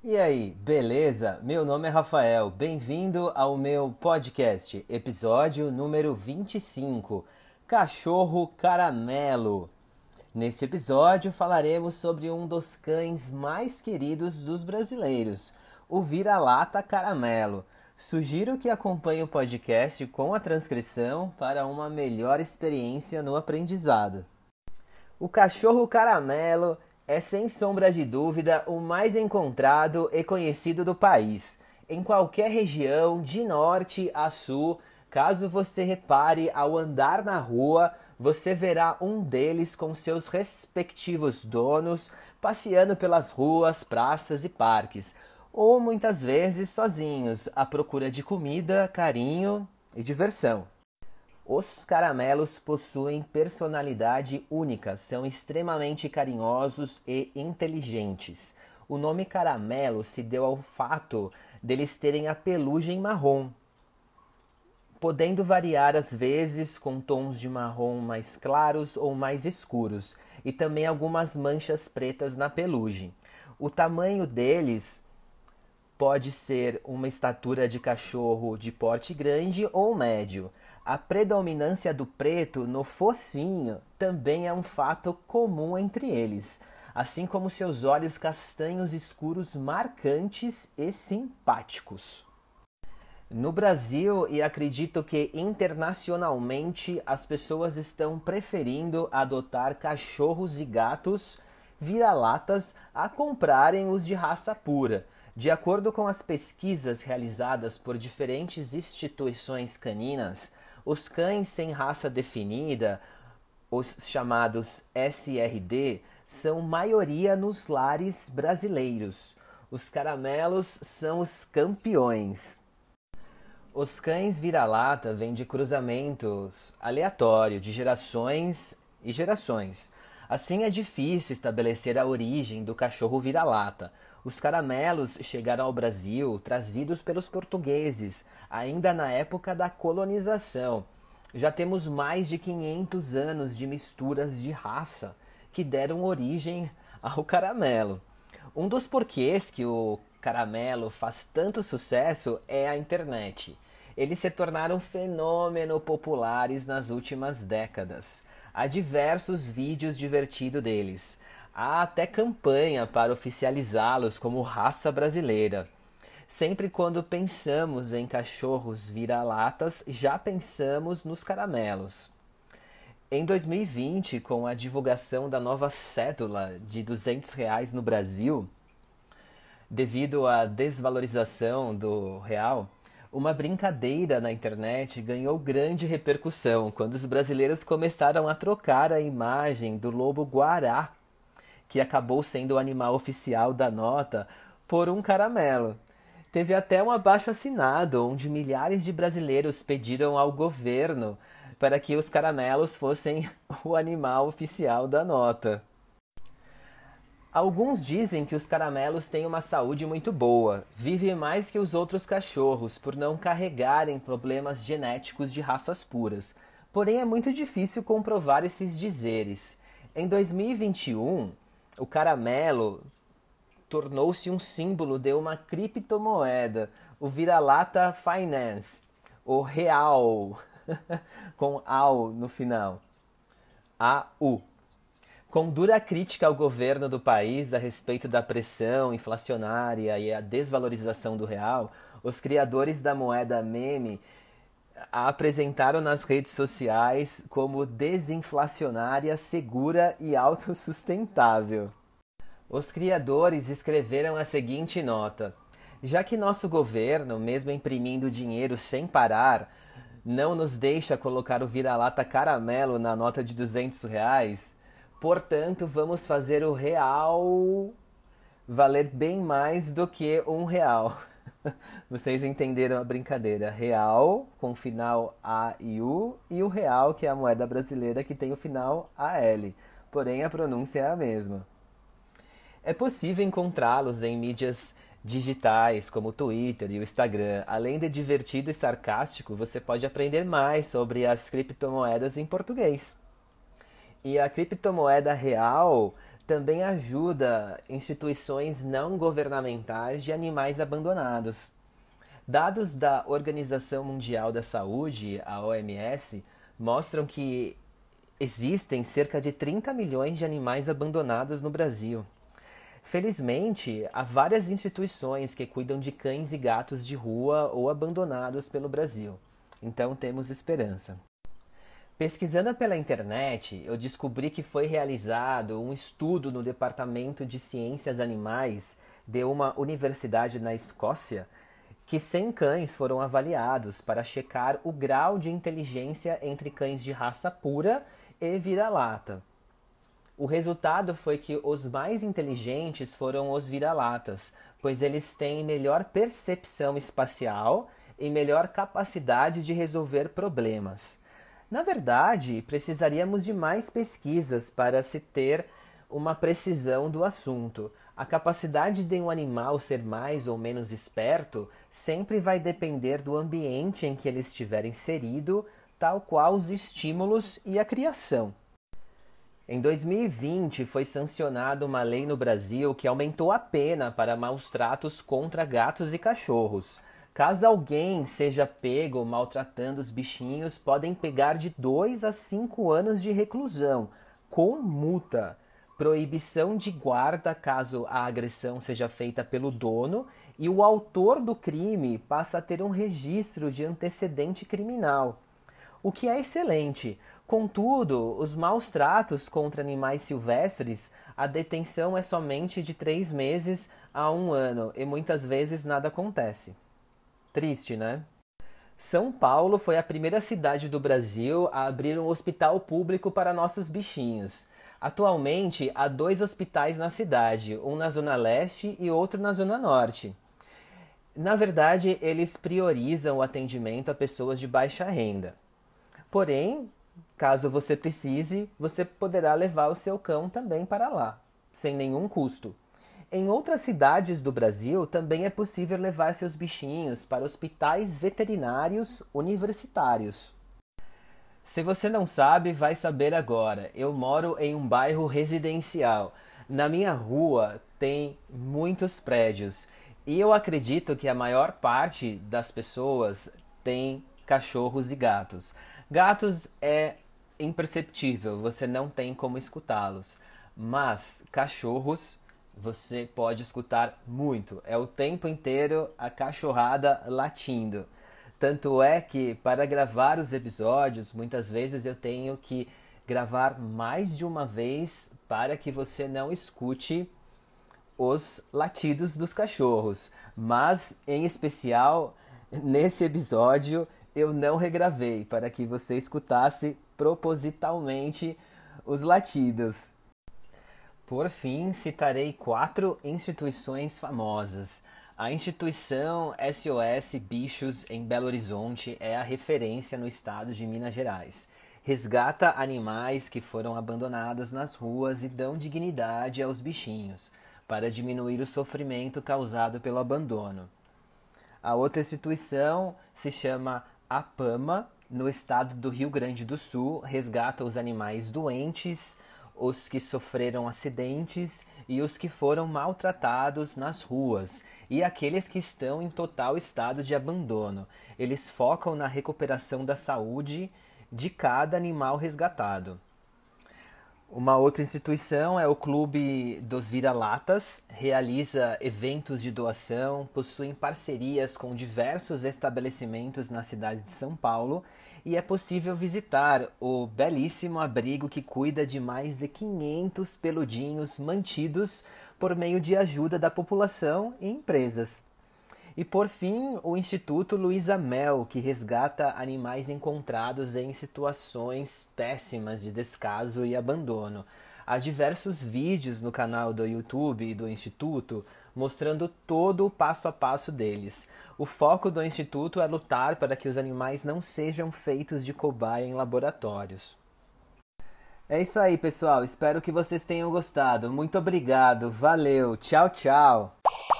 E aí, beleza? Meu nome é Rafael, bem-vindo ao meu podcast, episódio número 25, Cachorro Caramelo. Neste episódio falaremos sobre um dos cães mais queridos dos brasileiros, o vira-lata caramelo. Sugiro que acompanhe o podcast com a transcrição para uma melhor experiência no aprendizado. O cachorro caramelo é, sem sombra de dúvida, o mais encontrado e conhecido do país. Em qualquer região, de norte a sul, caso você repare ao andar na rua, você verá um deles com seus respectivos donos passeando pelas ruas, praças e parques, ou muitas vezes sozinhos, à procura de comida, carinho e diversão. Os caramelos possuem personalidade única, são extremamente carinhosos e inteligentes. O nome caramelo se deu ao fato deles terem a pelugem marrom, podendo variar às vezes com tons de marrom mais claros ou mais escuros, e também algumas manchas pretas na pelugem. O tamanho deles pode ser uma estatura de cachorro de porte grande ou médio. A predominância do preto no focinho também é um fato comum entre eles, assim como seus olhos castanhos escuros marcantes e simpáticos. No Brasil, e acredito que internacionalmente, as pessoas estão preferindo adotar cachorros e gatos vira-latas a comprarem os de raça pura. De acordo com as pesquisas realizadas por diferentes instituições caninas, os cães sem raça definida, os chamados SRD, são maioria nos lares brasileiros. Os caramelos são os campeões. Os cães vira-lata vêm de cruzamentos aleatórios de gerações e gerações. Assim é difícil estabelecer a origem do cachorro vira-lata. Os caramelos chegaram ao Brasil trazidos pelos portugueses, ainda na época da colonização. Já temos mais de 500 anos de misturas de raça que deram origem ao caramelo. Um dos porquês que o caramelo faz tanto sucesso é a internet. Eles se tornaram fenômeno populares nas últimas décadas. Há diversos vídeos divertidos deles. Há até campanha para oficializá-los como raça brasileira. Sempre quando pensamos em cachorros vira-latas, já pensamos nos caramelos. Em 2020, com a divulgação da nova cédula de R$ 200 no Brasil, devido à desvalorização do real, uma brincadeira na internet ganhou grande repercussão quando os brasileiros começaram a trocar a imagem do lobo-guará, que acabou sendo o animal oficial da nota, por um caramelo. Teve até um abaixo-assinado, onde milhares de brasileiros pediram ao governo para que os caramelos fossem o animal oficial da nota. Alguns dizem que os caramelos têm uma saúde muito boa, vivem mais que os outros cachorros por não carregarem problemas genéticos de raças puras. Porém, é muito difícil comprovar esses dizeres. Em 2021, o caramelo tornou-se um símbolo de uma criptomoeda, o vira-lata Finance, o real, com AU no final, AU. Com dura crítica ao governo do país a respeito da pressão inflacionária e a desvalorização do real, os criadores da moeda meme a apresentaram nas redes sociais como desinflacionária, segura e autossustentável. Os criadores escreveram a seguinte nota: já que nosso governo, mesmo imprimindo dinheiro sem parar, não nos deixa colocar o vira-lata caramelo na nota de R$ 200, portanto vamos fazer o real valer bem mais do que R$ 1. Vocês entenderam a brincadeira. Real com o final A e U, e o real, que é a moeda brasileira, que tem o final AL. Porém a pronúncia é a mesma. É possível encontrá-los em mídias digitais como o Twitter e o Instagram. Além de divertido e sarcástico, você pode aprender mais sobre as criptomoedas em português. E a criptomoeda real também ajuda instituições não governamentais de animais abandonados. Dados da Organização Mundial da Saúde, a OMS, mostram que existem cerca de 30 milhões de animais abandonados no Brasil. Felizmente, há várias instituições que cuidam de cães e gatos de rua ou abandonados pelo Brasil. Então temos esperança. Pesquisando pela internet, eu descobri que foi realizado um estudo no Departamento de Ciências Animais de uma universidade na Escócia, que 100 cães foram avaliados para checar o grau de inteligência entre cães de raça pura e vira-lata. O resultado foi que os mais inteligentes foram os vira-latas, pois eles têm melhor percepção espacial e melhor capacidade de resolver problemas. Na verdade, precisaríamos de mais pesquisas para se ter uma precisão do assunto. A capacidade de um animal ser mais ou menos esperto sempre vai depender do ambiente em que ele estiver inserido, tal qual os estímulos e a criação. Em 2020, foi sancionada uma lei no Brasil que aumentou a pena para maus tratos contra gatos e cachorros. Caso alguém seja pego maltratando os bichinhos, podem pegar de 2 a 5 anos de reclusão, com multa, proibição de guarda caso a agressão seja feita pelo dono, e o autor do crime passa a ter um registro de antecedente criminal, o que é excelente. Contudo, os maus tratos contra animais silvestres, a detenção é somente de 3 meses a 1 ano e muitas vezes nada acontece. Triste, né? São Paulo foi a primeira cidade do Brasil a abrir um hospital público para nossos bichinhos. Atualmente, há 2 hospitais na cidade, um na Zona Leste e outro na Zona Norte. Na verdade, eles priorizam o atendimento a pessoas de baixa renda. Porém, caso você precise, você poderá levar o seu cão também para lá, sem nenhum custo. Em outras cidades do Brasil, também é possível levar seus bichinhos para hospitais veterinários universitários. Se você não sabe, vai saber agora. Eu moro em um bairro residencial. Na minha rua tem muitos prédios e eu acredito que a maior parte das pessoas tem cachorros e gatos. Gatos é imperceptível, você não tem como escutá-los, mas cachorros você pode escutar muito. É o tempo inteiro a cachorrada latindo. Tanto é que para gravar os episódios, muitas vezes eu tenho que gravar mais de uma vez para que você não escute os latidos dos cachorros. Mas, em especial, nesse episódio, eu não regravei para que você escutasse propositalmente os latidos. Por fim, citarei 4 instituições famosas. A instituição SOS Bichos em Belo Horizonte é a referência no estado de Minas Gerais. Resgata animais que foram abandonados nas ruas e dão dignidade aos bichinhos, para diminuir o sofrimento causado pelo abandono. A outra instituição se chama APAMA, no estado do Rio Grande do Sul, resgata os animais doentes, os que sofreram acidentes e os que foram maltratados nas ruas e aqueles que estão em total estado de abandono. Eles focam na recuperação da saúde de cada animal resgatado. Uma outra instituição é o Clube dos Vira-Latas, realiza eventos de doação, possui parcerias com diversos estabelecimentos na cidade de São Paulo e é possível visitar o belíssimo abrigo que cuida de mais de 500 peludinhos mantidos por meio de ajuda da população e empresas. E por fim, o Instituto Luísa Mel, que resgata animais encontrados em situações péssimas de descaso e abandono. Há diversos vídeos no canal do YouTube do Instituto mostrando todo o passo a passo deles. O foco do Instituto é lutar para que os animais não sejam feitos de cobaia em laboratórios. É isso aí, pessoal. Espero que vocês tenham gostado. Muito obrigado. Valeu. Tchau, tchau.